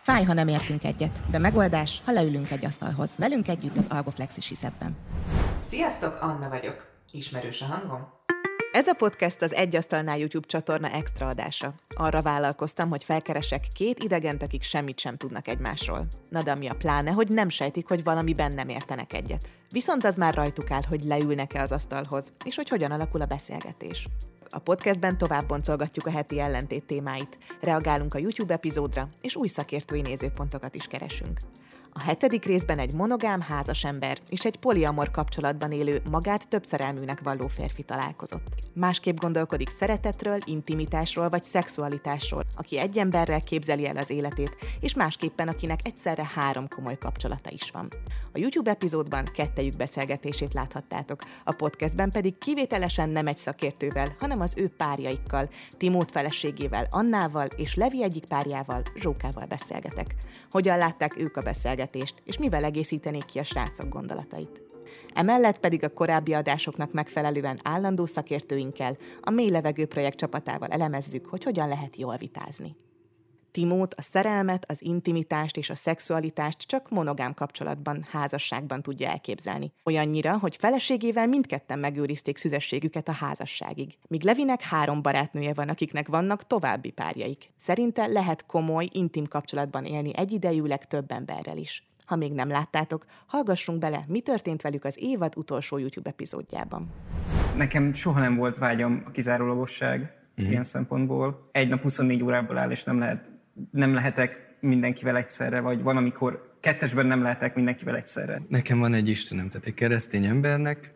Fáj, ha nem értünk egyet, de megoldás, ha leülünk egy asztalhoz. Velünk együtt az Algoflex is hisz ebben. Sziasztok, Anna vagyok. Ismerős a hangom? Ez a podcast az Egy Asztalnál YouTube csatorna extra adása. Arra vállalkoztam, hogy felkeresek két idegent, akik semmit sem tudnak egymásról. Na de ami a pláne, hogy nem sejtik, hogy valamiben nem értenek egyet. Viszont az már rajtuk áll, hogy leülnek-e az asztalhoz, és hogy hogyan alakul a beszélgetés. A podcastben tovább boncolgatjuk a heti ellentét témáit, reagálunk a YouTube epizódra, és új szakértői nézőpontokat is keresünk. A 7. részben egy monogám házas ember és egy poliamor kapcsolatban élő, magát több szerelműnek valló férfi találkozott. Másképp gondolkodik szeretetről, intimitásról vagy szexualitásról, aki egy emberrel képzeli el az életét, és másképpen akinek egyszerre 3 komoly kapcsolata is van. A YouTube epizódban kettejük beszélgetését láthattátok, a podcastben pedig kivételesen nem egy szakértővel, hanem az ő párjaikkal, Timót feleségével, Annával és Levi egyik párjával, Zsókával beszélgetek. Hogyan látták ők a beszélgetést, és mivel egészítenék ki a srácok gondolatait. Emellett pedig a korábbi adásoknak megfelelően állandó szakértőinkkel, a Mély Levegő projekt csapatával elemezzük, hogy hogyan lehet jól vitázni. Timót a szerelmet, az intimitást és a szexualitást csak monogám kapcsolatban, házasságban tudja elképzelni. Olyannyira, hogy feleségével mindketten megőrizték szüzességüket a házasságig. Míg Levinek 3 barátnője van, akiknek vannak további párjaik. Szerinte lehet komoly, intim kapcsolatban élni egyidejűleg több emberrel is. Ha még nem láttátok, hallgassunk bele, mi történt velük az évad utolsó YouTube epizódjában. Nekem soha nem volt vágyam a kizárólagosság ilyen szempontból. Egy nap 24 órából áll, és nem lehetek mindenkivel egyszerre, vagy van, amikor kettesben nem lehetek mindenkivel egyszerre. Nekem van egy Istenem, tehát egy keresztény embernek,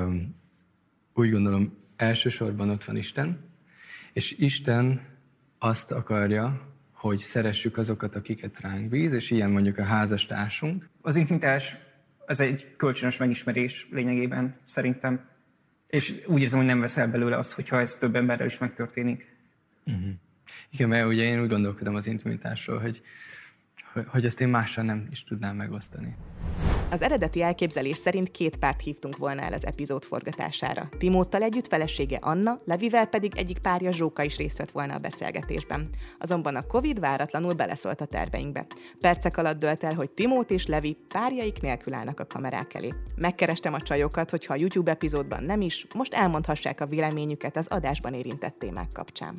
úgy gondolom elsősorban ott van Isten, és Isten azt akarja, hogy szeressük azokat, akiket ránk bíz, és ilyen mondjuk a házastársunk. Az intimitás, ez egy kölcsönös megismerés lényegében szerintem, és úgy érzem, hogy nem veszel belőle azt, hogyha ez több emberrel is megtörténik. Igen, mert ugye én úgy gondolkodom az intimitásról, hogy ezt én mással nem is tudnám megosztani. Az eredeti elképzelés szerint 2 párt hívtunk volna el az epizód forgatására. Timóttal együtt felesége Anna, Levivel pedig egyik párja Zsóka is részt vett volna a beszélgetésben. Azonban a Covid váratlanul beleszólt a terveinkbe. Percek alatt dölt el, hogy Timót és Levi párjaik nélkül állnak a kamerák elé. Megkerestem a csajokat, hogyha a YouTube epizódban nem is, most elmondhassák a véleményüket az adásban érintett témák kapcsán.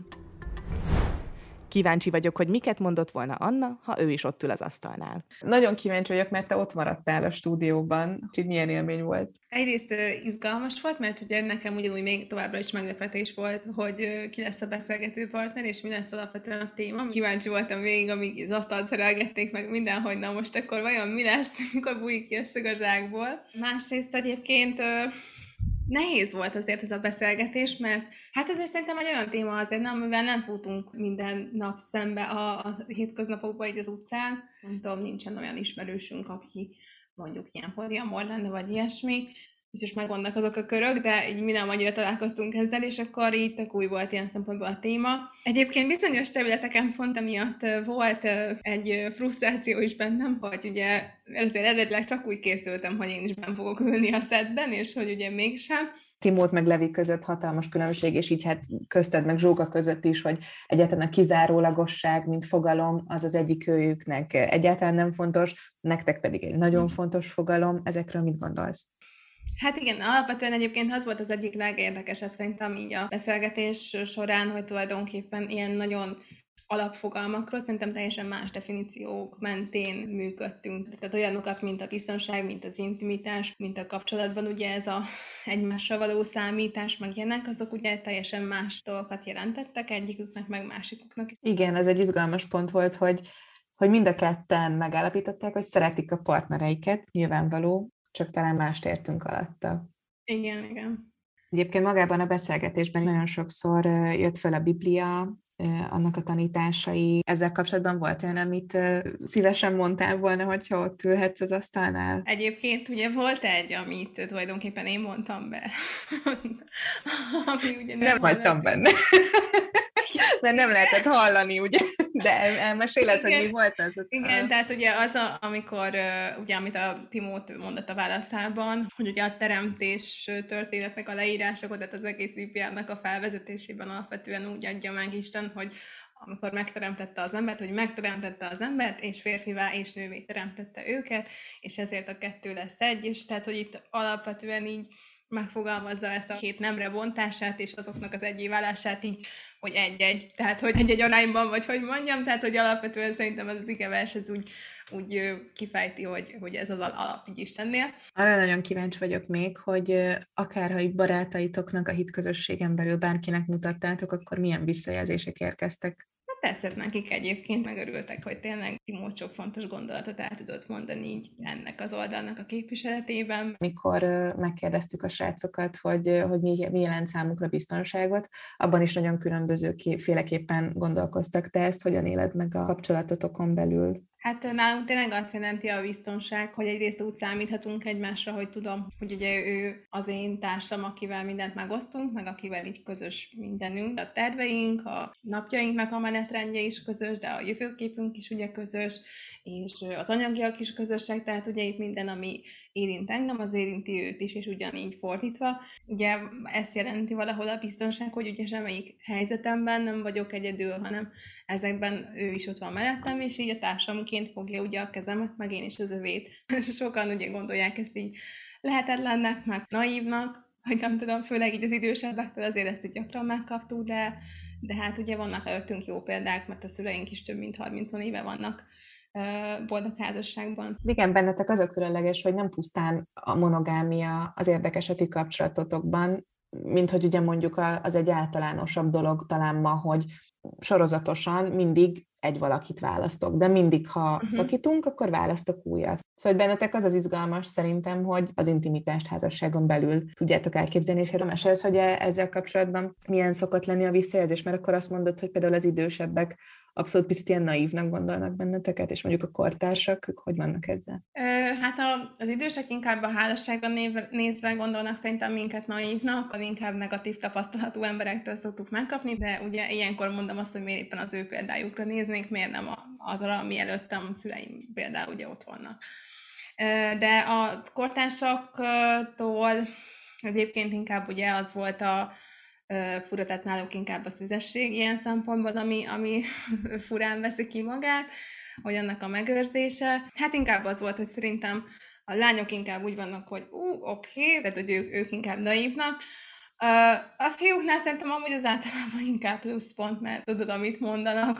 Kíváncsi vagyok, hogy miket mondott volna Anna, ha ő is ott ül az asztalnál. Nagyon kíváncsi vagyok, mert te ott maradtál a stúdióban, úgyhogy milyen élmény volt? Egyrészt izgalmas volt, mert ugye nekem ugyanúgy még továbbra is meglepetés volt, hogy ki lesz a beszélgető partner, és mi lesz alapvetően a téma. Kíváncsi voltam végig, amíg az asztalt szerelgették meg mindenhogy, na most akkor vajon mi lesz, mikor bújik ki a szög a zsákból. Másrészt egyébként nehéz volt azért ez a beszélgetés, mert hát ez szerintem egy olyan téma azért, amivel nem futunk minden nap szembe a hétköznapokban így az utcán. Nem tudom, nincsen olyan ismerősünk, aki mondjuk ilyen poliamor lenne, vagy ilyesmi. Biztos megvannak azok a körök, de így mi nem annyira találkoztunk ezzel, és akkor így tök új volt ilyen szempontból a téma. Egyébként bizonyos területeken pont emiatt volt egy frusztráció is bennem, hogy ugye azért eredetileg csak úgy készültem, hogy én is benn fogok ülni a szettben, és hogy ugye mégsem. Timót meg Levi között hatalmas különbség, és így hát közted meg Zsóka között is, hogy egyáltalán a kizárólagosság, mint fogalom, az az egyik őjüknek egyáltalán nem fontos, nektek pedig egy nagyon fontos fogalom. Ezekről mit gondolsz? Hát igen, alapvetően egyébként az volt az egyik legérdekesebb szerintem így a beszélgetés során, hogy tulajdonképpen ilyen nagyon alapfogalmakról szerintem teljesen más definíciók mentén működtünk. Tehát olyanokat, mint a biztonság, mint az intimitás, mint a kapcsolatban ugye ez a egymásra való számítás, meg ilyenek, azok ugye teljesen más dolgokat jelentettek egyiküknek, meg másikuknak. Igen, ez egy izgalmas pont volt, hogy mind a ketten megállapították, hogy szeretik a partnereiket, nyilvánvaló, csak talán mást értünk alatta. Igen. Egyébként magában a beszélgetésben nagyon sokszor jött fel a Biblia, annak a tanításai. Ezzel kapcsolatban volt olyan, amit szívesen mondtál volna, hogyha ott ülhetsz az asztalnál? Egyébként ugye volt egy, amit tulajdonképpen én mondtam be. Ami ugye nem hagytam benne. Mert nem lehetett hallani, ugye? De elmeséled, hogy mi volt az? Igen, tehát ugye az, amikor, ugye, amit a Timót mondott a válaszában, hogy ugye a teremtés történetnek a leírásokot, tehát az egész Bibliának a felvezetésében alapvetően úgy adja meg Isten, hogy amikor megteremtette az embert, hogy megteremtette az embert, és férfivá és nővé teremtette őket, és ezért a kettő lesz egy, és tehát, hogy itt alapvetően így megfogalmazza ezt a két nemre bontását, és azoknak az egyé válását így, hogy egy-egy, tehát hogy egy-egy arányban, vagy hogy mondjam, tehát hogy alapvetően szerintem az igevers ez úgy kifejti, hogy ez az alap így Istennél. Arra nagyon kíváncsi vagyok még, hogy akárha itt barátaitoknak a hitközösségen belül bárkinek mutattátok, akkor milyen visszajelzések érkeztek? Tetszett nekik egyébként, megörültek, hogy tényleg Timó sok fontos gondolatot el tudott mondani így ennek az oldalnak a képviseletében. Mikor megkérdeztük a srácokat, hogy mi jelent számukra biztonságot, abban is nagyon különböző féleképpen gondolkoztak. Te ezt hogyan éled meg a kapcsolatotokon belül? Hát nálunk tényleg azt jelenti a biztonság, hogy egyrészt úgy számíthatunk egymásra, hogy tudom, hogy ugye ő az én társam, akivel mindent megosztunk, meg akivel így közös mindenünk. A terveink, a napjainknak a menetrendje is közös, de a jövőképünk is ugye közös, és az anyagiak is közösek, tehát ugye itt minden, ami érint engem, az érinti őt is, és ugyanígy fordítva. Ugye ezt jelenti valahol a biztonság, hogy ugye semmelyik helyzetemben nem vagyok egyedül, hanem ezekben ő is ott van mellettem, és így a társamként fogja ugye a kezemet, meg én is az övét. Sokan ugye gondolják ezt így lehetetlennek, meg naívnak, hogy nem tudom, főleg így az idősebbektől azért ezt így gyakran megkaptuk, de hát ugye vannak előttünk jó példák, mert a szüleink is több mint 30 éve vannak boldog házasságban. Igen, bennetek az a különleges, hogy nem pusztán a monogámia az érdekes a ti kapcsolatotokban, mint hogy ugye mondjuk az egy általánosabb dolog talán ma, hogy sorozatosan mindig egy valakit választok, de mindig, ha szakítunk, akkor választok újat. Szóval bennetek az az izgalmas szerintem, hogy az intimitást házasságon belül tudjátok elképzelni, és erről mesélsz, hogy ezzel kapcsolatban milyen szokott lenni a visszajelzés, mert akkor azt mondod, hogy például az idősebbek abszolút picit ilyen naívnak gondolnak benneteket, és mondjuk a kortársak, ők hogy vannak ezzel? Hát az idősek inkább a házasságra nézve gondolnak szerintem minket naívnak, inkább negatív tapasztalatú emberektől szoktuk megkapni, de ugye ilyenkor mondom azt, hogy miért éppen az ő példájukra néznénk, miért nem azra, ami előttem a szüleim például ugye ott vannak. De a kortársaktól egyébként inkább ugye az volt a fura, tehát náluk inkább a szüzesség ilyen szempontból, ami furán veszi ki magát, hogy annak a megőrzése. Hát inkább az volt, hogy szerintem a lányok inkább úgy vannak, hogy oké, tehát hogy ők inkább naívnak. A fiúknál szerintem amúgy az általában inkább pluszpont, mert tudod, amit mondanak,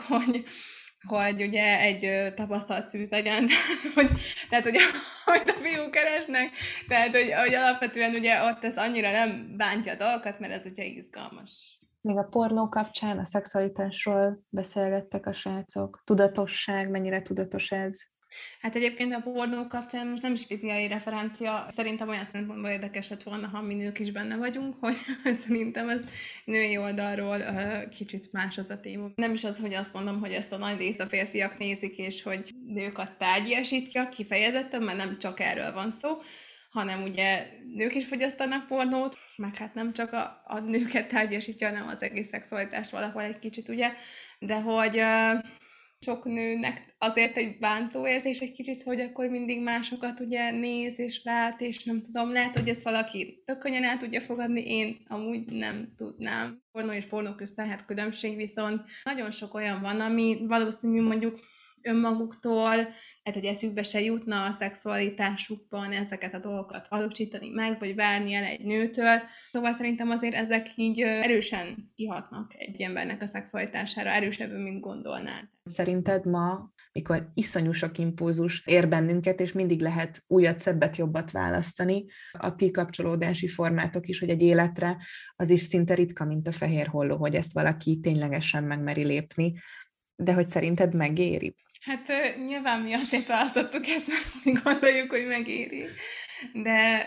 hogy ugye egy tapasztalt szűz legyen, tehát hogy a fiúk keresnek, tehát hogy alapvetően ugye ott ez annyira nem bántja a dolgokat, mert ez ugye izgalmas. Még a pornó kapcsán, a szexualitásról beszélgettek a srácok. Tudatosság, mennyire tudatos ez? Hát egyébként a pornó kapcsán most nem is bibliai referencia, szerintem olyan szempontból érdekes lett volna, ha mi nők is benne vagyunk, hogy szerintem ez női oldalról kicsit más az a téma. Nem is az, hogy azt mondom, hogy ezt a nagy részt a férfiak nézik, és hogy nők tárgyasítja kifejezetten, mert nem csak erről van szó, hanem ugye nők is fogyasztanak pornót, meg hát nem csak a nőket tárgyasítja, hanem az egész szexualitást valahol egy kicsit, ugye, de hogy sok nőnek azért egy bántó érzés egy kicsit, hogy akkor mindig másokat ugye néz és lát, és nem tudom, lehet, hogy ezt valaki tök könnyen el tudja fogadni, én amúgy nem tudnám. Pornó és pornó közt lehet különbség, viszont nagyon sok olyan van, ami valószínű mondjuk önmaguktól, hát hogy eszükbe se jutna a szexualitásukban ezeket a dolgokat valósítani meg, vagy várni el egy nőtől. Szóval szerintem azért ezek így erősen kihatnak egy embernek a szexualitására, erősebben, mint gondolnád. Szerinted ma, mikor iszonyú sok impulzus ér bennünket, és mindig lehet újat, szebbet, jobbat választani, a ti kapcsolódási formátok is, hogy egy életre, az is szinte ritka, mint a fehér holló, hogy ezt valaki ténylegesen megmeri lépni, de hogy szerinted megéri? Hát nyilván mi azért választottuk ezt, mert gondoljuk, hogy megéri, de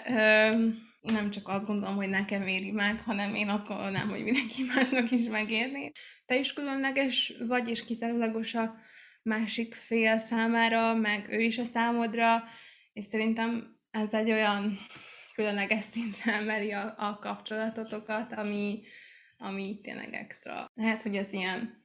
nem csak azt gondolom, hogy nekem éri meg, hanem én azt gondolnám, hogy mindenki másnak is megérni. Te is különleges vagy, és kizárólagos a másik fél számára, meg ő is a számodra, és szerintem ez egy olyan különleges szintre emeli a kapcsolatotokat, ami tényleg extra. Lehet, hogy ez ilyen,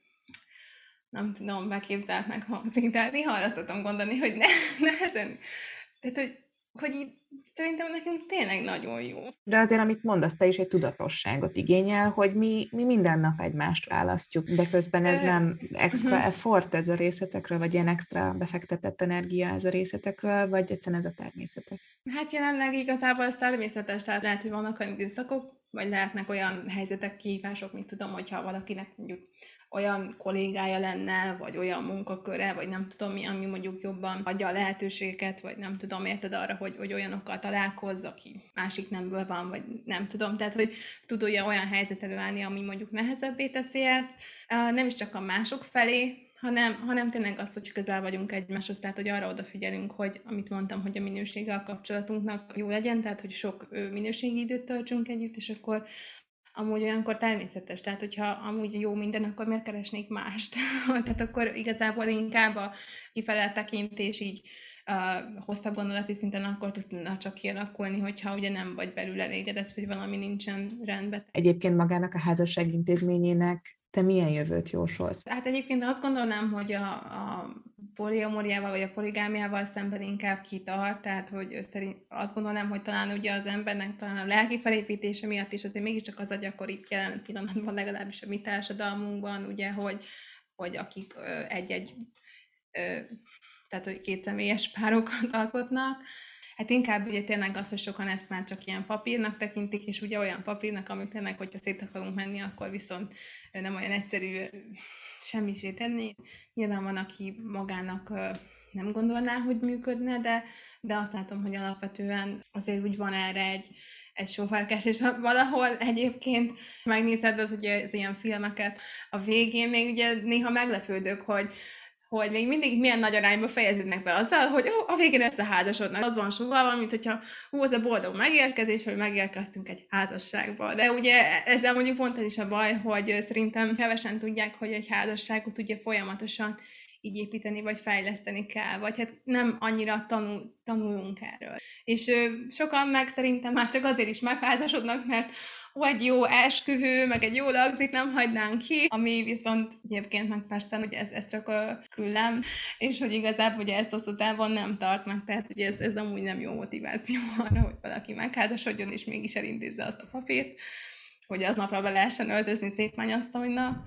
nem tudom, beképzeltnek hangzik, de néha arra szoktam gondolni, hogy nehezen. Tehát, hogy hogy így szerintem nekünk tényleg nagyon jó. De azért, amit mondasz, te is egy tudatosságot igényel, hogy mi minden nap egymást választjuk, de közben ez nem extra effort ez a részletekről, vagy ilyen extra befektetett energia ez a részletekről, vagy egyszerűen ez a természetes? Hát jelenleg igazából ez természetes, tehát lehet, hogy vannak olyan időszakok, vagy lehetnek olyan helyzetek, kihívások, mint tudom, hogyha valakinek mondjuk olyan kollégája lenne, vagy olyan munkaköre, vagy nem tudom mi, ami mondjuk jobban adja a lehetőséget, vagy nem tudom, érted arra, hogy olyanokkal találkozz, aki másik nemből van, vagy nem tudom. Tehát, hogy tud olyan helyzet előállni, ami mondjuk nehezebbé teszi ezt, nem is csak a mások felé, hanem tényleg az, hogy közel vagyunk egymáshoz, tehát hogy arra odafigyelünk, hogy amit mondtam, hogy a minősége a kapcsolatunknak jó legyen, tehát hogy sok minőségi időt töltsünk együtt, és akkor amúgy olyankor természetes, tehát hogyha amúgy jó minden, akkor miért keresnék mást? Tehát akkor igazából inkább a kifele tekintés így hosszabb gondolati szinten akkor tudna csak kialakulni, hogyha ugye nem vagy belül elégedett, hogy valami nincsen rendben. Egyébként magának a házasság intézményének te milyen jövőt jósolsz? Hát egyébként azt gondolnám, hogy a poliamóriával vagy a poligámiával szemben inkább kitart, tehát hogy azt gondolnám, hogy talán ugye az embernek talán a lelki felépítése miatt is azért mégiscsak az a gyakoribb jelen pillanatban, legalábbis a mi társadalmunkban, ugye, hogy akik tehát hogy kétszemélyes párokat alkotnak. Hát inkább ugye tényleg az, hogy sokan ezt már csak ilyen papírnak tekintik, és ugye olyan papírnak, amit tényleg, hogyha szét akarunk menni, akkor viszont nem olyan egyszerű semmisé tenni. Nyilván van, aki magának nem gondolná, hogy működne, de azt látom, hogy alapvetően azért úgy van erre egy sófárkás, és valahol egyébként megnézed az ugye az ilyen filmeket, a végén még ugye néha meglepődök, hogy még mindig milyen nagy arányba fejeződnek be azzal, hogy a végén összeházasodnak. Az van sugalva, mint hogyha az a boldog megérkezés, hogy megérkeztünk egy házasságba. De ugye ezzel mondjuk pont ez is a baj, hogy szerintem kevesen tudják, hogy egy házasságot ugye folyamatosan így építeni, vagy fejleszteni kell, vagy hát nem annyira tanulunk erről. És sokan meg szerintem már csak azért is megházasodnak, mert egy jó esküvő, meg egy jó lagzit nem hagynánk ki, ami viszont egyébként meg persze, hogy ez csak a küllem, és hogy igazából ugye ezt hosszú távon nem tartnak, tehát ugye ez amúgy nem jó motiváció arra, hogy valaki megházasodjon, és mégis elintézze azt a papírt, hogy aznapra be lehessen öltözni szép mennyasszonynak.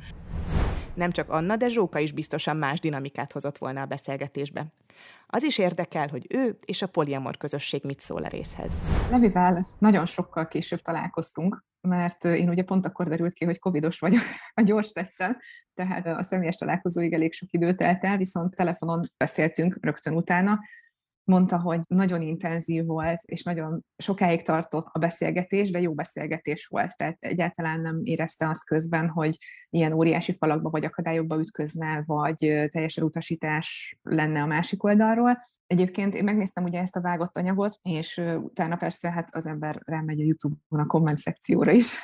Nem csak Anna, de Zsóka is biztosan más dinamikát hozott volna a beszélgetésbe. Az is érdekel, hogy ő és a poliamor közösség mit szól a részhez. Levivel nagyon sokkal később találkoztunk, mert én ugye pont akkor derült ki, hogy covidos vagyok a gyors teszten, tehát a személyes találkozóig elég sok időt telt el, viszont telefonon beszéltünk rögtön utána. Mondta, hogy nagyon intenzív volt, és nagyon sokáig tartott a beszélgetés, de jó beszélgetés volt. Tehát egyáltalán nem érezte azt közben, hogy ilyen óriási falakba vagy akadályokba ütközne, vagy teljes elutasítás lenne a másik oldalról. Egyébként én megnéztem ugye ezt a vágott anyagot, és utána persze hát az ember rámegy a YouTube-on a komment szekcióra is,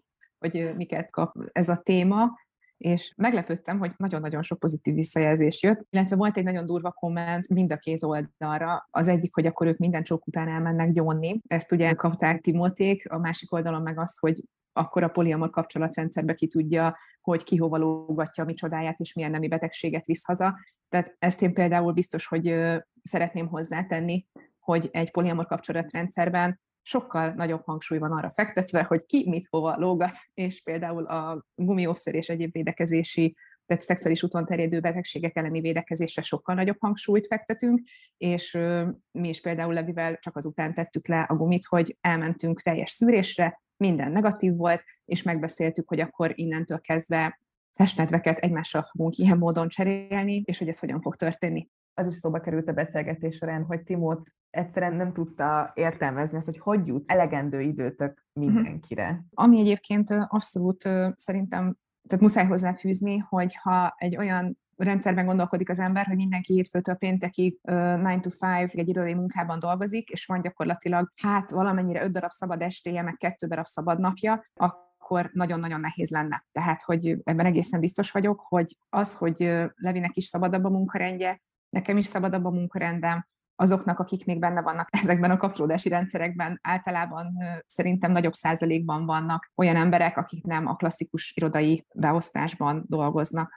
hogy miket kap ez a téma, és meglepődtem, hogy nagyon-nagyon sok pozitív visszajelzés jött, illetve volt egy nagyon durva komment mind a két oldalra. Az egyik, hogy akkor ők minden csók után elmennek gyónni, ezt ugye kapták Timóték, a másik oldalon meg azt, hogy akkor a poliamor kapcsolatrendszerbe ki tudja, hogy ki hova lógatja a mi csodáját, és milyen nemi betegséget visz haza. Tehát ezt én például biztos, hogy szeretném hozzátenni, hogy egy poliamor kapcsolatrendszerben sokkal nagyobb hangsúly van arra fektetve, hogy ki mit hova lógat, és például a gumiószer és egyéb védekezési, tehát szexuális úton terjedő betegségek elleni védekezésre sokkal nagyobb hangsúlyt fektetünk, és mi is például Levivel csak azután tettük le a gumit, hogy elmentünk teljes szűrésre, minden negatív volt, és megbeszéltük, hogy akkor innentől kezdve testnedveket egymással fogunk ilyen módon cserélni, és hogy ez hogyan fog történni. Az is szóba került a beszélgetés során, hogy Timót egyszerűen nem tudta értelmezni azt, hogy jut elegendő időtök mindenkire. Ami egyébként abszolút szerintem, tehát muszáj hozzáfűzni, hogy ha egy olyan rendszerben gondolkodik az ember, hogy mindenki hétfőtől péntekig 9 to 5 egy irodai munkában dolgozik, és van gyakorlatilag valamennyire 5 darab szabad estéje, meg 2 darab szabad napja, akkor nagyon-nagyon nehéz lenne. Tehát, hogy ebben egészen biztos vagyok, hogy az, hogy Levinek is szabadabb a munkarendje, nekem is szabadabb a munkarendem, azoknak, akik még benne vannak ezekben a kapcsolódási rendszerekben, általában szerintem nagyobb százalékban vannak olyan emberek, akik nem a klasszikus irodai beosztásban dolgoznak.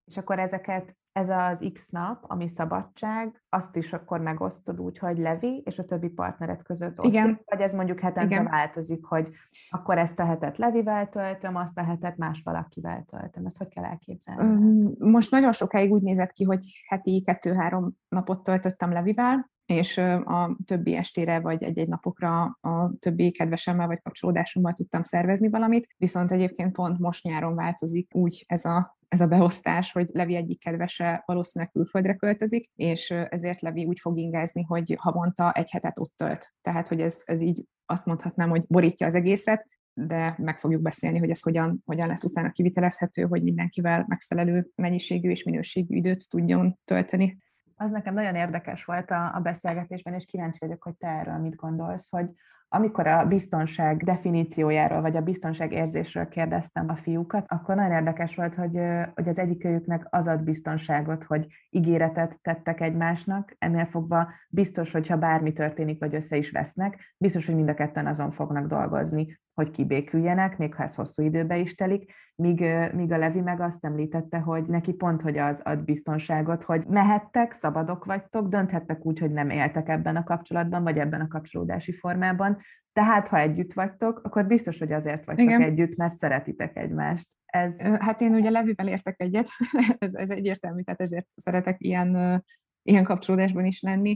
És akkor ez az X nap, ami szabadság, azt is akkor megosztod úgy, hogy Levi és a többi partnered között osztod? Igen. Vagy ez mondjuk hetente változik, hogy akkor ezt a hetet Levivel töltöm, azt a hetet más valakivel töltöm. Ezt hogy kell elképzelni? Most nagyon sokáig úgy nézett ki, hogy heti 2-3 napot töltöttem Levivel, és a többi estére vagy egy-egy napokra a többi kedvesemmel vagy kapcsolódásommal tudtam szervezni valamit, viszont egyébként pont most nyáron változik úgy ez a beosztás, hogy Levi egyik kedvese valószínűleg külföldre költözik, és ezért Levi úgy fog ingázni, hogy havonta egy hetet ott tölt. Tehát, hogy ez így azt mondhatnám, hogy borítja az egészet, de meg fogjuk beszélni, hogy ez hogyan lesz utána kivitelezhető, hogy mindenkivel megfelelő mennyiségű és minőségű időt tudjon tölteni. Az nekem nagyon érdekes volt a beszélgetésben, és kíváncsi vagyok, hogy te erről mit gondolsz, hogy amikor a biztonság definíciójáról, vagy a biztonság érzésről kérdeztem a fiúkat, akkor nagyon érdekes volt, hogy az egyikőjüknek az ad biztonságot, hogy ígéretet tettek egymásnak, ennél fogva biztos, hogyha bármi történik, vagy össze is vesznek, biztos, hogy mind a ketten azon fognak dolgozni, hogy kibéküljenek, még ha ez hosszú időbe is telik, míg a Levi meg azt említette, hogy neki pont, hogy az ad biztonságot, hogy mehettek, szabadok vagytok, dönthettek úgy, hogy nem éltek ebben a kapcsolatban, vagy ebben a kapcsolódási formában, tehát ha együtt vagytok, akkor biztos, hogy azért vagytok együtt, mert szeretitek egymást. Hát én ugye Levivel értek egyet, ez egyértelmű, tehát ezért szeretek ilyen kapcsolódásban is lenni,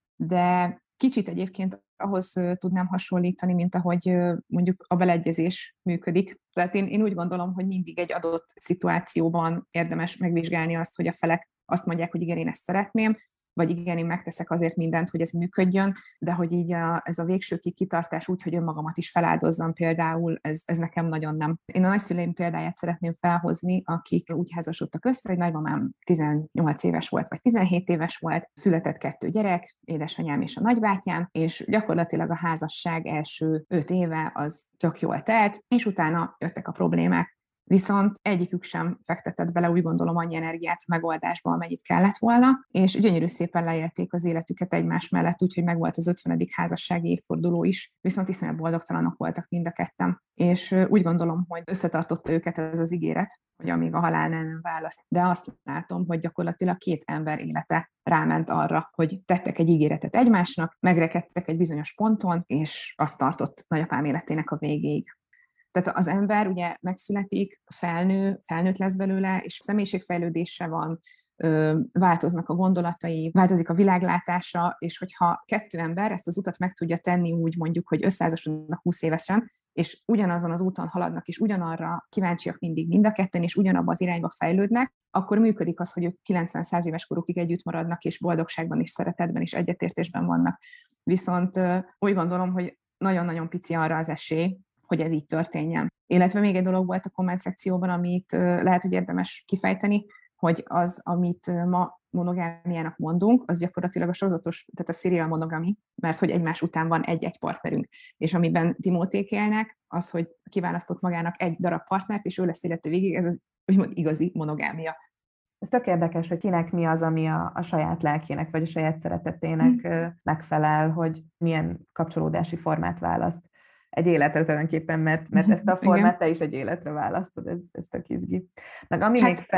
de kicsit egyébként ahhoz tudnám hasonlítani, mint ahogy mondjuk a beleegyezés működik. Tehát én úgy gondolom, hogy mindig egy adott szituációban érdemes megvizsgálni azt, hogy a felek azt mondják, hogy igen, én ezt szeretném, vagy igen, én megteszek azért mindent, hogy ez működjön, de hogy így ez a végső kitartás úgy, hogy önmagamat is feláldozzam például, ez nekem nagyon nem. Én a nagyszüleim példáját szeretném felhozni, akik úgy házasodtak össze, hogy nagymamám 18 éves volt, vagy 17 éves volt, született 2 gyerek, édesanyám és a nagybátyám, és gyakorlatilag a házasság első 5 éve az tök jól telt, és utána jöttek a problémák. Viszont egyikük sem fektetett bele, úgy gondolom, annyi energiát a megoldásba, amennyit kellett volna, és gyönyörű szépen leélték az életüket egymás mellett, úgyhogy megvolt az 50. házassági évforduló is, viszont iszonyat boldogtalanok voltak mind a ketten. És úgy gondolom, hogy összetartotta őket ez az ígéret, hogy amíg a halál nem választ. De azt látom, hogy gyakorlatilag 2 ember élete ráment arra, hogy tettek egy ígéretet egymásnak, megrekedtek egy bizonyos ponton, és azt tartott nagyapám életének a végéig. Tehát az ember ugye megszületik, felnőtt lesz belőle, és személyiségfejlődése van, változnak a gondolatai, változik a világlátása, és hogyha 2 ember ezt az utat meg tudja tenni úgy mondjuk, hogy összeházasodnak 20 évesen, és ugyanazon az úton haladnak, és ugyanarra kíváncsiak mindig mind a ketten, és ugyanabba az irányba fejlődnek, akkor működik az, hogy ők 90-100 éves korukig együtt maradnak, és boldogságban, és szeretetben, és egyetértésben vannak. Viszont úgy gondolom, hogy nagyon-nagyon pici arra az esély, hogy ez így történjen. Illetve még egy dolog volt a komment szekcióban, amit lehet, hogy érdemes kifejteni, hogy az, amit ma monogámiának mondunk, az gyakorlatilag a sorozatos, tehát a serial monogami, mert hogy egymás után van egy-egy partnerünk. És amiben Timóték élnek, az, hogy kiválasztott magának egy darab partnert, és ő lesz élete végig, ez az úgymond igazi monogámia. Ez tök érdekes, hogy kinek mi az, ami a saját lelkének, vagy a saját szeretetének megfelel, hogy milyen kapcsolódási formát választ. Egy életre tulajdonképpen, mert ezt a formát te is egy életre választod, ez tök izgi. Meg ami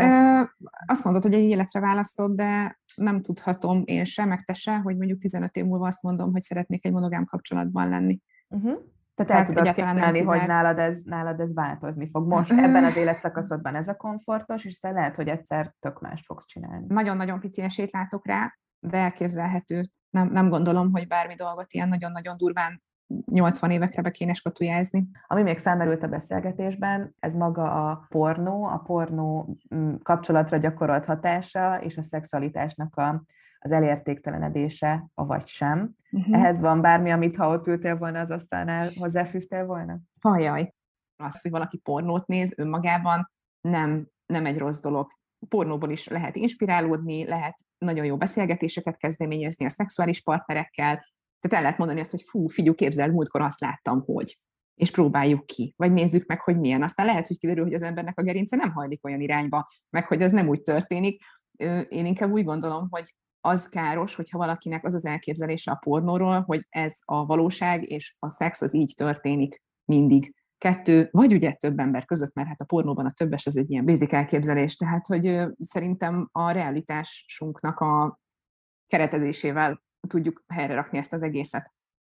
azt mondod, hogy egy életre választod, de nem tudhatom én sem, meg te se, hogy mondjuk 15 év múlva azt mondom, hogy szeretnék egy monogám kapcsolatban lenni. Tehát el tudod képzelni, hogy nálad ez változni fog. Most ebben az életszakaszodban ez a komfortos, és te lehet, hogy egyszer tök mást fogsz csinálni. Nagyon-nagyon pici esélyt látok rá, de elképzelhető. Nem gondolom, hogy bármi dolgot ilyen nagyon-nagyon durván 80 évekre be kéne skatujázni. Ami még felmerült a beszélgetésben, ez maga a pornó kapcsolatra gyakorolt hatása, és a szexualitásnak az elértéktelenedése, avagy sem. Ehhez van bármi, amit ha ott ültél volna az asztalnál, hozzáfűztél volna? Hajjaj. Az, hogy valaki pornót néz önmagában, nem egy rossz dolog. Pornóból is lehet inspirálódni, lehet nagyon jó beszélgetéseket kezdeményezni a szexuális partnerekkel. Tehát el lehet mondani azt, hogy figyelj, képzeld, múltkor azt láttam, hogy. És próbáljuk ki, vagy nézzük meg, hogy milyen. Aztán lehet, hogy kiderül, hogy az embernek a gerince nem hajlik olyan irányba, meg hogy ez nem úgy történik. Én inkább úgy gondolom, hogy az káros, hogyha valakinek az az elképzelése a pornóról, hogy ez a valóság, és a szex az így történik mindig. kettő, vagy ugye több ember között, mert hát a pornóban a többes az egy ilyen basic elképzelés, tehát hogy szerintem a realitásunknak a keretezésével tudjuk helyre rakni ezt az egészet.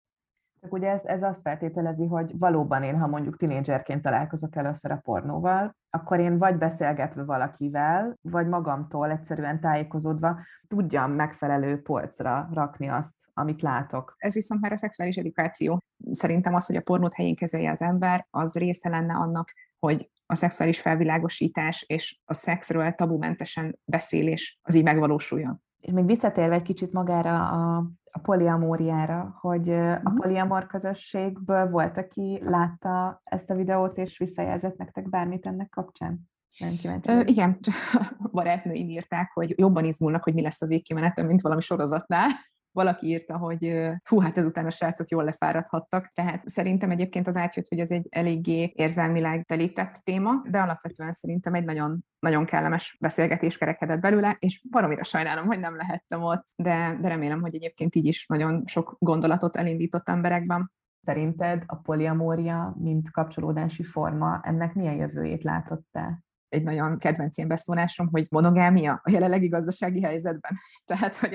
Ugye ez azt feltételezi, hogy valóban én, ha mondjuk tinédzserként találkozok először a pornóval, akkor én vagy beszélgetve valakivel, vagy magamtól egyszerűen tájékozódva tudjam megfelelő polcra rakni azt, amit látok. Ez viszont már a szexuális edukáció. Szerintem az, hogy a pornót helyén kezelje az ember, az része lenne annak, hogy a szexuális felvilágosítás és a szexről tabumentesen beszélés az így megvalósuljon. És még visszatérve egy kicsit magára a poliamóriára, hogy a poliamor közösségből volt, aki látta ezt a videót, és visszajelzett nektek bármit ennek kapcsán? Nem kíváncsi. Igen, barátnőim írták, hogy jobban izgulnak, hogy mi lesz a végkimenetem, mint valami sorozatnál. Valaki írta, hogy fú, hát ezután a srácok jól lefáradhattak. Tehát szerintem egyébként az átjött, hogy ez egy eléggé érzelmileg telített téma, de alapvetően szerintem egy nagyon, nagyon kellemes beszélgetés kerekedett belőle, és baromira sajnálom, hogy nem lehettem ott, de remélem, hogy egyébként így is nagyon sok gondolatot elindított emberekben. Szerinted a poliamória, mint kapcsolódási forma, ennek milyen jövőjét látott te? Egy nagyon kedvenc ilyen beszólásom, hogy monogámia a jelenlegi gazdasági helyzetben. Tehát, hogy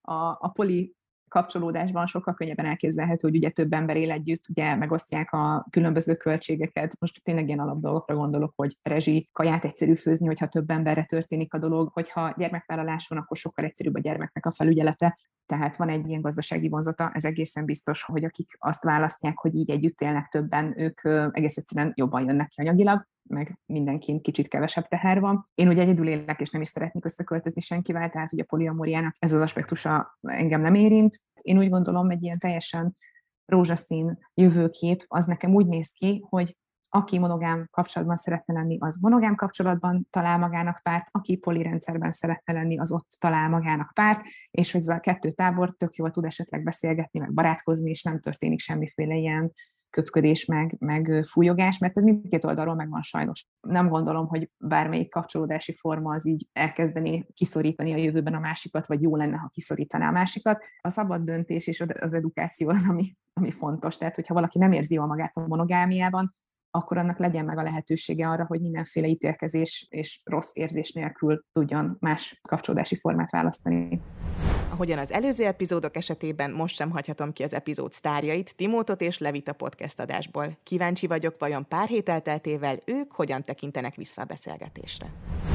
a poli kapcsolódásban sokkal könnyebben elképzelhető, hogy ugye több ember él együtt, ugye megosztják a különböző költségeket. Most tényleg ilyen alapdolgokra gondolok, hogy rezsi, kaját egyszerű főzni, hogyha több emberre történik a dolog, hogyha gyermekvállalás van, akkor sokkal egyszerűbb a gyermeknek a felügyelete. Tehát van egy ilyen gazdasági vonzata, ez egészen biztos, hogy akik azt választják, hogy így együtt élnek többen, ők egész egyszerűen jobban jönnek ki anyagilag, meg mindenkin kicsit kevesebb teher van. Én ugye egyedül élek, és nem is szeretnék összeköltözni senkivel, tehát ugye a poliamóriának ez az aspektusa engem nem érint. Én úgy gondolom, egy ilyen teljesen rózsaszín jövőkép az nekem úgy néz ki, hogy aki monogám kapcsolatban szeretne lenni, az monogám kapcsolatban talál magának párt, aki polirendszerben szeretne lenni, az ott talál magának párt, és hogy ez a kettő tábor tök jól tud esetleg beszélgetni, meg barátkozni, és nem történik semmiféle ilyen köpködés, meg fújogás, mert ez mindkét oldalról megvan sajnos. Nem gondolom, hogy bármelyik kapcsolódási forma az így elkezdeni kiszorítani a jövőben a másikat, vagy jó lenne, ha kiszorítaná a másikat. A szabad döntés és az edukáció az, ami fontos. Tehát, hogyha valaki nem érzi jól magát a monogámiában, akkor annak legyen meg a lehetősége arra, hogy mindenféle ítélkezés és rossz érzés nélkül tudjon más kapcsolódási formát választani. Ahogyan az előző epizódok esetében, most sem hagyhatom ki az epizód sztárjait, Timótot és Levit a podcast adásból. Kíváncsi vagyok, vajon pár hét elteltével ők hogyan tekintenek vissza a beszélgetésre.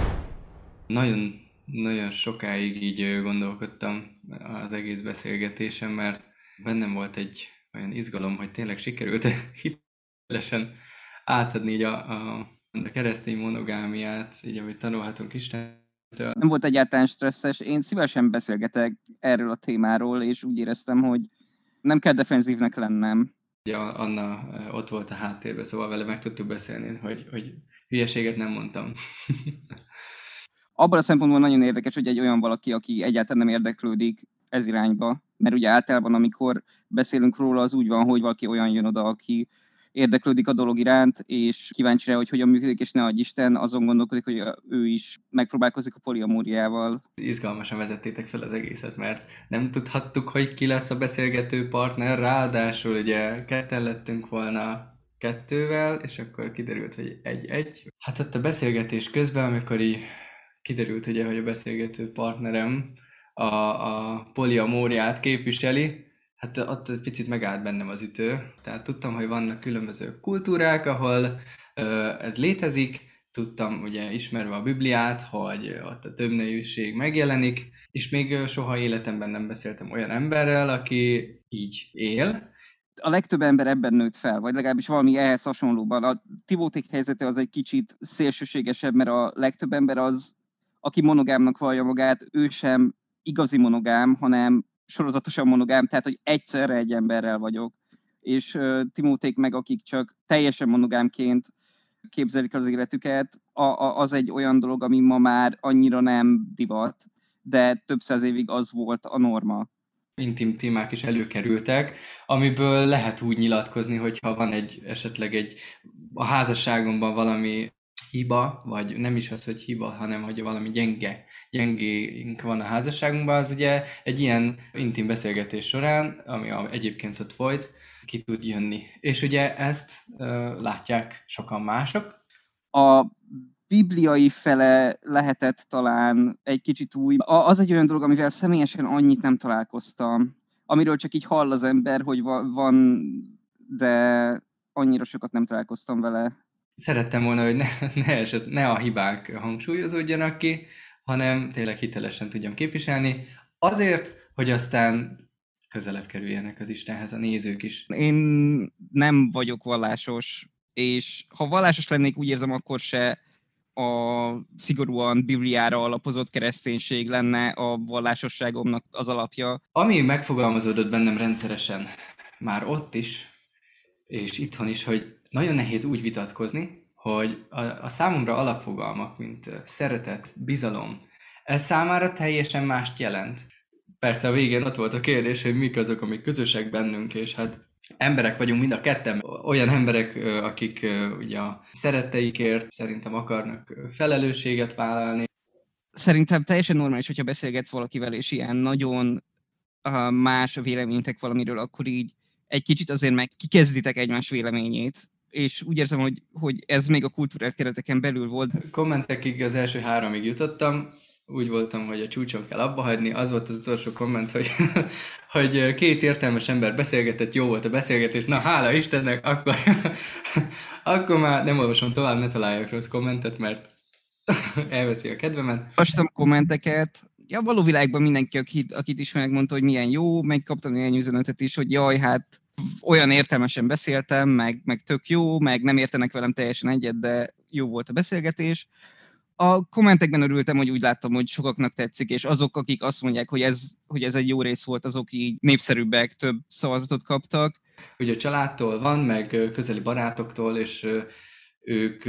Nagyon, nagyon sokáig így gondolkodtam az egész beszélgetésen, mert bennem volt egy olyan izgalom, hogy tényleg sikerült hitelesen átadni így a keresztény monogámiát, így amit tanulhatunk Istentől. Nem volt egyáltalán stresszes, én szívesen beszélgetek erről a témáról, és úgy éreztem, hogy nem kell defenzívnek lennem. Ugye Anna ott volt a háttérben, szóval vele meg tudtuk beszélni, hogy hülyeséget nem mondtam. Abban a szempontból nagyon érdekes, hogy egy olyan valaki, aki egyáltalán nem érdeklődik ez irányba, mert ugye általában, amikor beszélünk róla, az úgy van, hogy valaki olyan jön oda, aki érdeklődik a dolog iránt, és kíváncsi rá, hogy hogyan működik, és ne adj Isten, azon gondolkodik, hogy ő is megpróbálkozik a poliamóriával. Izgalmasan vezettétek fel az egészet, mert nem tudhattuk, hogy ki lesz a beszélgető partner, ráadásul ugye ketten lettünk volna kettővel, és akkor kiderült, hogy egy. Hát ott a beszélgetés közben, amikor így kiderült ugye, hogy a beszélgető partnerem a poliamóriát képviseli, hát ott egy picit megállt bennem az ütő. Tehát tudtam, hogy vannak különböző kultúrák, ahol ez létezik. Tudtam, ugye ismerve a Bibliát, hogy ott a többneműség megjelenik, és még soha életemben nem beszéltem olyan emberrel, aki így él. A legtöbb ember ebben nőtt fel, vagy legalábbis valami ehhez hasonlóban. A Timóték helyzete az egy kicsit szélsőségesebb, mert a legtöbb ember az, aki monogámnak vallja magát, ő sem igazi monogám, hanem sorozatosan monogám, tehát hogy egyszerre egy emberrel vagyok. És Timóték meg, akik csak teljesen monogámként képzelik az életüket, az egy olyan dolog, ami ma már annyira nem divat, de több száz évig az volt a norma. Intim témák is előkerültek, amiből lehet úgy nyilatkozni, hogyha van esetleg a házasságomban valami hiba, vagy nem is az, hogy hiba, hanem hogy valami gyengénk van a házasságunkban, az ugye egy ilyen intim beszélgetés során, ami egyébként ott volt, ki tud jönni. És ugye ezt látják sokan mások. A bibliai fele lehetett talán egy kicsit új. Az egy olyan dolog, amivel személyesen annyit nem találkoztam, amiről csak így hall az ember, hogy van, de annyira sokat nem találkoztam vele. Szerettem volna, hogy ne a hibák hangsúlyozódjanak ki, hanem tényleg hitelesen tudjam képviselni, azért, hogy aztán közelebb kerüljenek az Istenhez a nézők is. Én nem vagyok vallásos, és ha vallásos lennék, úgy érzem, akkor se a szigorúan Bibliára alapozott kereszténység lenne a vallásosságomnak az alapja. Ami megfogalmazódott bennem rendszeresen, már ott is, és itthon is, hogy nagyon nehéz úgy vitatkozni, hogy a számomra alapfogalmak, mint szeretet, bizalom, ez számára teljesen mást jelent. Persze a végén ott volt a kérdés, hogy mik azok, amik közösek bennünk, és hát emberek vagyunk mind a ketten, olyan emberek, akik ugye a szeretteikért szerintem akarnak felelősséget vállalni. Szerintem teljesen normális, hogyha beszélgetsz valakivel, és ilyen nagyon más a véleményetek valamiről, akkor így egy kicsit azért meg kikezditek egymás véleményét, és úgy érzem, hogy ez még a kultúrát kereteken belül volt. Kommentekig az első 3-ig jutottam, úgy voltam, hogy a csúcson kell abba hagyni. Az volt az utolsó komment, hogy 2 értelmes ember beszélgetett, jó volt a beszélgetés, na hála Istennek, akkor már nem olvasom tovább, ne találjak rossz kommentet, mert elveszi a kedvemet. Olvastam kommenteket, a való világban mindenki, akit ismerek, mondta, hogy milyen jó, megkaptam ilyen üzenetet is, hogy jaj, hát olyan értelmesen beszéltem, meg tök jó, meg nem értenek velem teljesen egyet, de jó volt a beszélgetés. A kommentekben örültem, hogy úgy láttam, hogy sokaknak tetszik, és azok, akik azt mondják, hogy ez egy jó rész volt, azok így népszerűbbek, több szavazatot kaptak. Ugye a családtól van, meg közeli barátoktól, és ők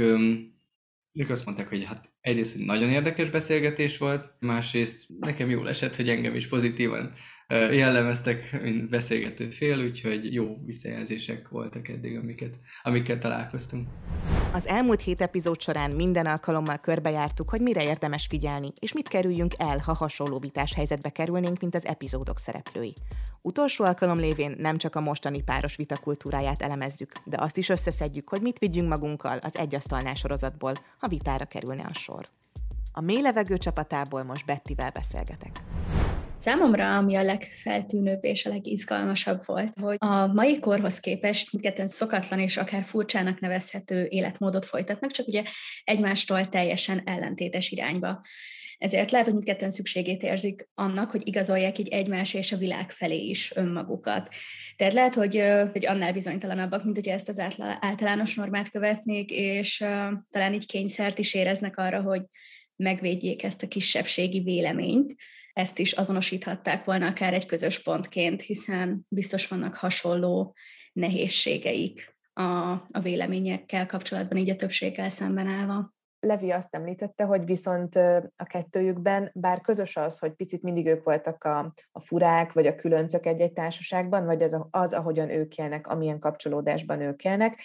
azt mondták, hogy hát egyrészt egy nagyon érdekes beszélgetés volt, másrészt nekem jól esett, hogy engem is pozitívan jellemeztek, mint beszélgető fél, úgyhogy jó visszajelzések voltak eddig, amikkel találkoztunk. Az elmúlt 7 epizód során minden alkalommal körbejártuk, hogy mire érdemes figyelni, és mit kerüljünk el, ha hasonló vitás helyzetbe kerülnénk, mint az epizódok szereplői. Utolsó alkalom lévén nem csak a mostani páros vitakultúráját elemezzük, de azt is összeszedjük, hogy mit vigyünk magunkkal az Egy asztalnál sorozatból, ha vitára kerülne a sor. A Mély Levegő csapatából most Bettivel beszélgetek. Számomra, ami a legfeltűnőbb és a legizgalmasabb volt, hogy a mai korhoz képest mindketten szokatlan és akár furcsának nevezhető életmódot folytatnak, csak ugye egymástól teljesen ellentétes irányba. Ezért lehet, hogy mindketten szükségét érzik annak, hogy igazolják így egymás és a világ felé is önmagukat. Tehát lehet, hogy annál bizonytalanabbak, mint hogy ezt az általános normát követnék, és talán így kényszert is éreznek arra, hogy megvédjék ezt a kisebbségi véleményt. Ezt is azonosíthatták volna akár egy közös pontként, hiszen biztos vannak hasonló nehézségeik a véleményekkel kapcsolatban, így a többséggel szemben állva. Levi azt említette, hogy viszont a kettőjükben, bár közös az, hogy picit mindig ők voltak a furák, vagy a különcök egy-egy társaságban, vagy az ahogyan ők élnek, amilyen kapcsolódásban ők élnek,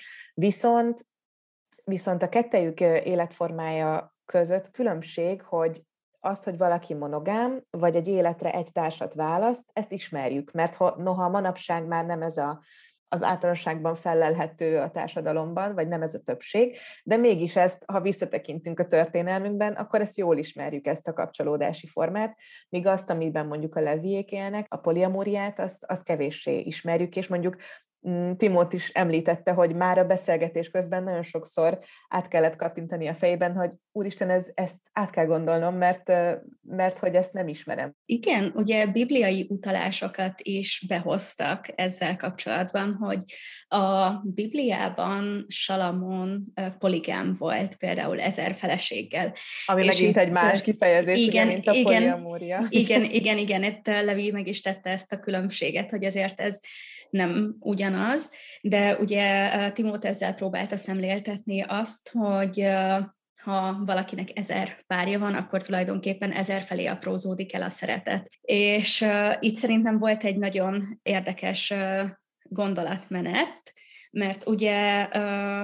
viszont a kettejük életformája között különbség, hogy azt, hogy valaki monogám, vagy egy életre egy társat választ, ezt ismerjük, mert noha manapság már nem ez az általánosságban fellelhető a társadalomban, vagy nem ez a többség, de mégis ezt, ha visszatekintünk a történelmünkben, akkor ezt jól ismerjük, ezt a kapcsolódási formát, míg azt, amiben mondjuk a Leviék élnek, a poliamóriát, azt kevéssé ismerjük, és mondjuk Timót is említette, hogy már a beszélgetés közben nagyon sokszor át kellett kattintani a fejében, hogy úristen, ezt át kell gondolnom, mert hogy ezt nem ismerem. Igen, ugye bibliai utalásokat is behoztak ezzel kapcsolatban, hogy a Bibliában Salamon poligám volt, például 1000 feleséggel. Ami és megint egy más kifejezés, igen, ugye, mint a poliamória. Igen, itt Levi meg is tette ezt a különbséget, hogy azért ez nem ugyanaz, de ugye Timót ezzel próbálta szemléltetni azt, hogy ha valakinek 1000 párja van, akkor tulajdonképpen 1000 felé aprózódik el a szeretet. És itt szerintem volt egy nagyon érdekes gondolatmenet, mert ugye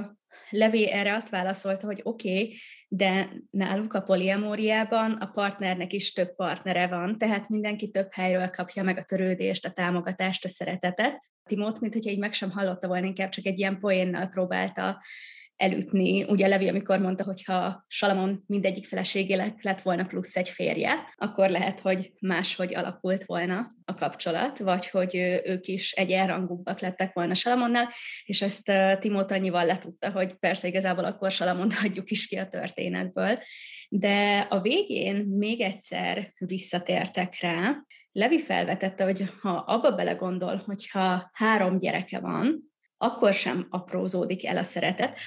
Levi erre azt válaszolta, hogy oké, de náluk a poliamóriában a partnernek is több partnere van, tehát mindenki több helyről kapja meg a törődést, a támogatást, a szeretetet. Timót, mint hogyha így meg sem hallotta volna, inkább csak egy ilyen poénnal próbálta elütni. Ugye Levi, amikor mondta, hogy ha Salamon mindegyik feleségének lett volna plusz egy férje, akkor lehet, hogy máshogy alakult volna a kapcsolat, vagy hogy ők is egyenrangúbbak lettek volna Salamonnál, és ezt Timót annyival letudta, hogy persze igazából akkor Salamont hagyjuk is ki a történetből. De a végén még egyszer visszatértek rá. Levi felvetette, hogy ha abba belegondol, hogyha 3 gyereke van, akkor sem aprózódik el a szeretet.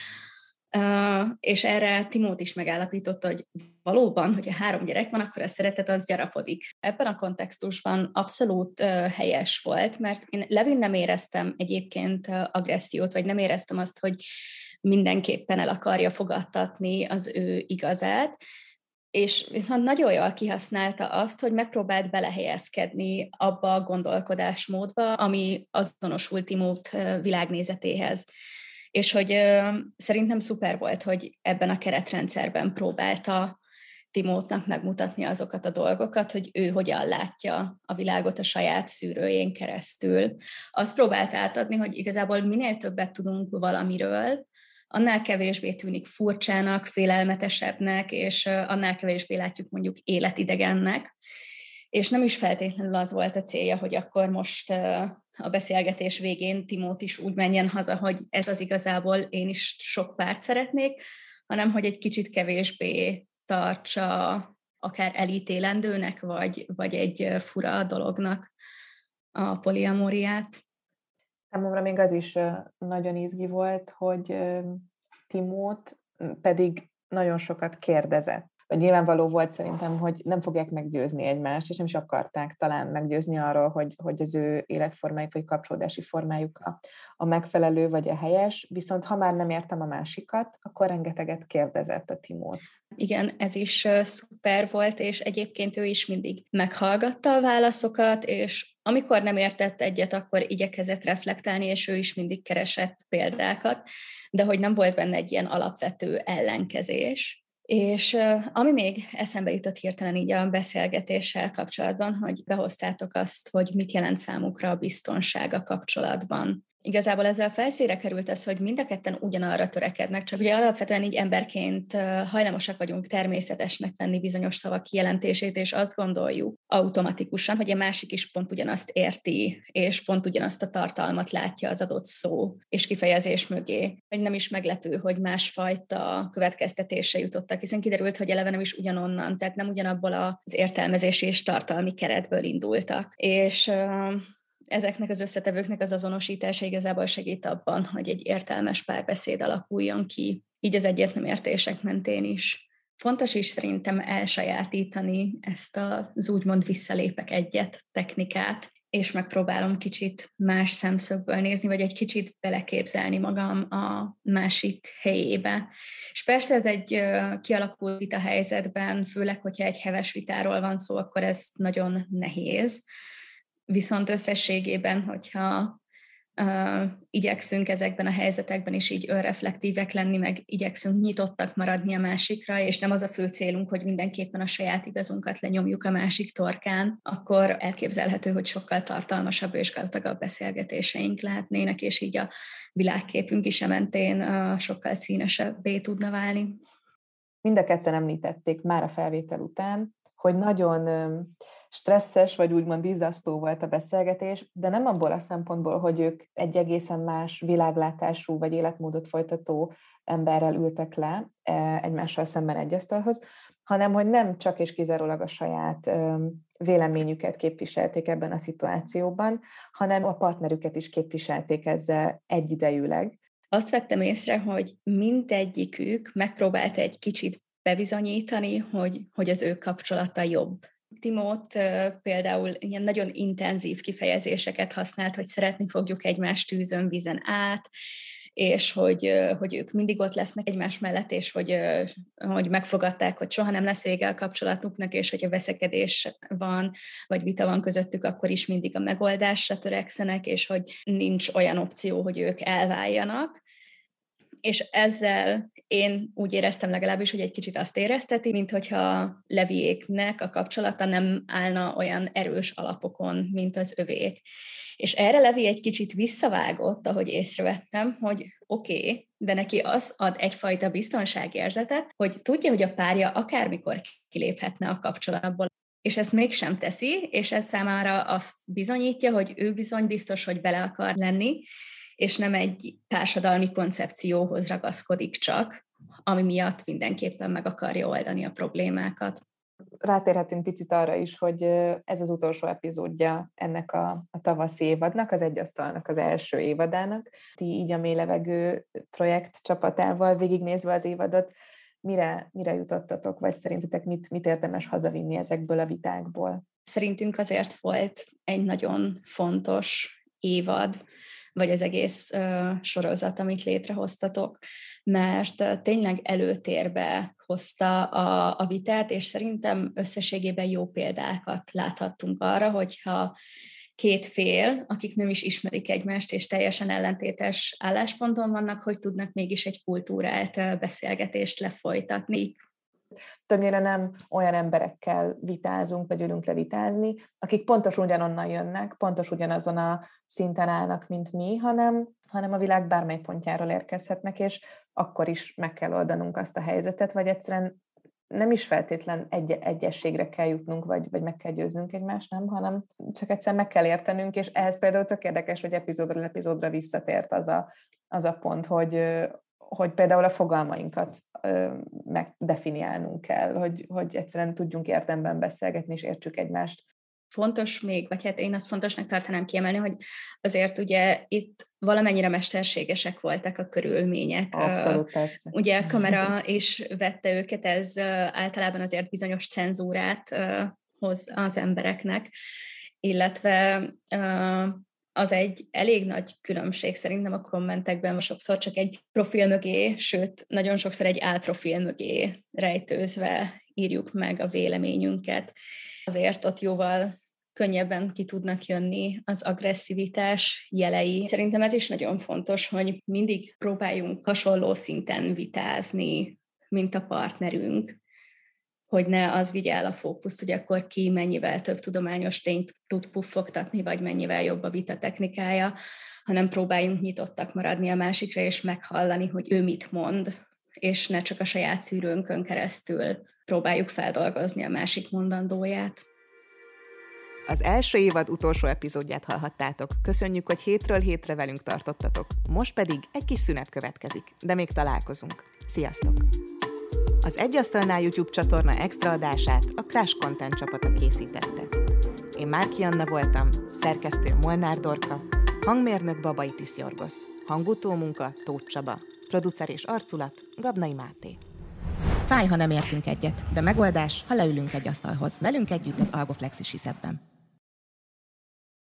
És erre Timót is megállapította, hogy valóban, hogyha 3 gyerek van, akkor a szeretet az gyarapodik. Ebben a kontextusban abszolút helyes volt, mert én Levin nem éreztem egyébként agressziót, vagy nem éreztem azt, hogy mindenképpen el akarja fogadtatni az ő igazát, és viszont nagyon jól kihasználta azt, hogy megpróbált belehelyezkedni abba a gondolkodásmódba, ami azonosul Timót világnézetéhez. És hogy szerintem szuper volt, hogy ebben a keretrendszerben próbálta Timótnak megmutatni azokat a dolgokat, hogy ő hogyan látja a világot a saját szűrőjén keresztül. Azt próbált átadni, hogy igazából minél többet tudunk valamiről, annál kevésbé tűnik furcsának, félelmetesebbnek, és annál kevésbé látjuk mondjuk életidegennek. És nem is feltétlenül az volt a célja, hogy akkor most a beszélgetés végén Timót is úgy menjen haza, hogy ez az igazából én is sok párt szeretnék, hanem hogy egy kicsit kevésbé tartsa akár elítélendőnek, vagy egy fura dolognak a poliamóriát. Számomra még az is nagyon izgi volt, hogy Timót pedig nagyon sokat kérdezett. Vagy nyilvánvaló volt szerintem, hogy nem fogják meggyőzni egymást, és nem is akarták talán meggyőzni arról, hogy az ő életformájuk, vagy kapcsolódási formájuk a megfelelő, vagy a helyes, viszont ha már nem értem a másikat, akkor rengeteget kérdezett a Timót. Igen, ez is szuper volt, és egyébként ő is mindig meghallgatta a válaszokat, és amikor nem értett egyet, akkor igyekezett reflektálni, és ő is mindig keresett példákat, de hogy nem volt benne egy ilyen alapvető ellenkezés. És ami még eszembe jutott hirtelen így a beszélgetéssel kapcsolatban, hogy behoztátok azt, hogy mit jelent számukra a biztonság a kapcsolatban. Igazából ezzel felszínre került az, hogy mind a ketten ugyanarra törekednek, csak ugye alapvetően így emberként hajlamosak vagyunk természetesnek venni bizonyos szavak kijelentését, és azt gondoljuk automatikusan, hogy a másik is pont ugyanazt érti, és pont ugyanazt a tartalmat látja az adott szó és kifejezés mögé. Hogy nem is meglepő, hogy másfajta következtetésre jutottak, hiszen kiderült, hogy eleve nem is ugyanonnan, tehát nem ugyanabból az értelmezési és tartalmi keretből indultak. És ezeknek az összetevőknek az azonosítása igazából segít abban, hogy egy értelmes párbeszéd alakuljon ki, így az egyetnemértések mentén is. Fontos is szerintem elsajátítani ezt az úgymond visszalépek egyet technikát, és megpróbálom kicsit más szemszögből nézni, vagy egy kicsit beleképzelni magam a másik helyébe. És persze ez egy kialakult vita helyzetben, főleg, hogyha egy heves vitáról van szó, akkor ez nagyon nehéz. Viszont összességében, hogyha igyekszünk ezekben a helyzetekben is így önreflektívek lenni, meg igyekszünk nyitottak maradni a másikra, és nem az a fő célunk, hogy mindenképpen a saját igazunkat lenyomjuk a másik torkán, akkor elképzelhető, hogy sokkal tartalmasabb és gazdagabb beszélgetéseink lehetnének, és így a világképünk is mentén sokkal színesebbé tudna válni. Mind a ketten említették már a felvétel után, hogy nagyon stresszes, vagy úgymond izzasztó volt a beszélgetés, de nem abból a szempontból, hogy ők egy egészen más világlátású vagy életmódot folytató emberrel ültek le egymással szemben egy asztalhoz, hanem hogy nem csak és kizárólag a saját véleményüket képviselték ebben a szituációban, hanem a partnerüket is képviselték ezzel egyidejűleg. Azt vettem észre, hogy mindegyikük megpróbálta egy kicsit bebizonyítani, hogy az ő kapcsolata jobb. Timót például ilyen nagyon intenzív kifejezéseket használt, hogy szeretni fogjuk egymást tűzön, vízen át, és hogy ők mindig ott lesznek egymás mellett, és hogy megfogadták, hogy soha nem lesz vége a kapcsolatuknak, és hogyha veszekedés van, vagy vita van közöttük, akkor is mindig a megoldásra törekszenek, és hogy nincs olyan opció, hogy ők elváljanak. És ezzel én úgy éreztem legalábbis, hogy egy kicsit azt érezteti, mint hogyha Leviéknek a kapcsolata nem állna olyan erős alapokon, mint az övék. És erre Levi egy kicsit visszavágott, ahogy észrevettem, hogy oké, de neki az ad egyfajta biztonságérzetet, hogy tudja, hogy a párja akármikor kiléphetne a kapcsolatból, és ezt mégsem teszi, és ez számára azt bizonyítja, hogy ő bizony biztos, hogy bele akar lenni, és nem egy társadalmi koncepcióhoz ragaszkodik csak, ami miatt mindenképpen meg akarja oldani a problémákat. Rátérhetünk picit arra is, hogy ez az utolsó epizódja ennek a tavaszi évadnak, az Egy asztalnak az első évadának. Ti így a Mély Levegő projekt csapatával végignézve az évadot, mire jutottatok, vagy szerintetek mit érdemes hazavinni ezekből a vitákból? Szerintünk azért volt egy nagyon fontos évad, vagy az egész sorozat, amit létrehoztatok, mert tényleg előtérbe hozta a vitát, és szerintem összességében jó példákat láthattunk arra, hogyha két fél, akik nem is ismerik egymást, és teljesen ellentétes állásponton vannak, hogy tudnak mégis egy kultúrált beszélgetést lefolytatni. Többnyire nem olyan emberekkel vitázunk, vagy ülünk le vitázni, akik pontosan ugyanonnan jönnek, pontos ugyanazon a szinten állnak, mint mi, hanem a világ bármely pontjáról érkezhetnek, és akkor is meg kell oldanunk azt a helyzetet, vagy egyszerűen nem is feltétlen egyességre kell jutnunk, vagy meg kell győznünk egymást, nem, hanem csak egyszerűen meg kell értenünk, és ehhez például tök érdekes, hogy epizódra visszatért az a pont, hogy például a fogalmainkat megdefiniálnunk kell, hogy egyszerűen tudjunk érdemben beszélgetni, és értsük egymást. Fontos még, vagy hát én azt fontosnak tartanám kiemelni, hogy azért ugye itt valamennyire mesterségesek voltak a körülmények. Abszolút, persze. Ugye a kamera is vette őket, ez általában azért bizonyos cenzúrát hoz az embereknek, illetve az egy elég nagy különbség szerintem a kommentekben, sokszor csak egy profil mögé, sőt, nagyon sokszor egy álprofil mögé rejtőzve írjuk meg a véleményünket. Azért ott jóval könnyebben ki tudnak jönni az agresszivitás jelei. Szerintem ez is nagyon fontos, hogy mindig próbáljunk hasonló szinten vitázni, mint a partnerünk, hogy ne az vigye el a fókuszt, hogy akkor ki mennyivel több tudományos tényt tud puffogtatni, vagy mennyivel jobb a vita technikája, hanem próbáljunk nyitottak maradni a másikra, és meghallani, hogy ő mit mond, és ne csak a saját szűrőnkön keresztül próbáljuk feldolgozni a másik mondandóját. Az első évad utolsó epizódját hallhattátok. Köszönjük, hogy hétről hétre velünk tartottatok. Most pedig egy kis szünet következik, de még találkozunk. Sziasztok! Az Egy asztalnál YouTube csatorna extra adását a Crash Content csapata készítette. Én Márki Anna voltam, szerkesztő Molnár Dorka, hangmérnök Babai Tiszjorgosz, hangutómunka Tóth Csaba, producer és arculat Gabnai Máté. Fáj, ha nem értünk egyet, de megoldás, ha leülünk egy asztalhoz. Velünk együtt az Algoflex is hisz ebben.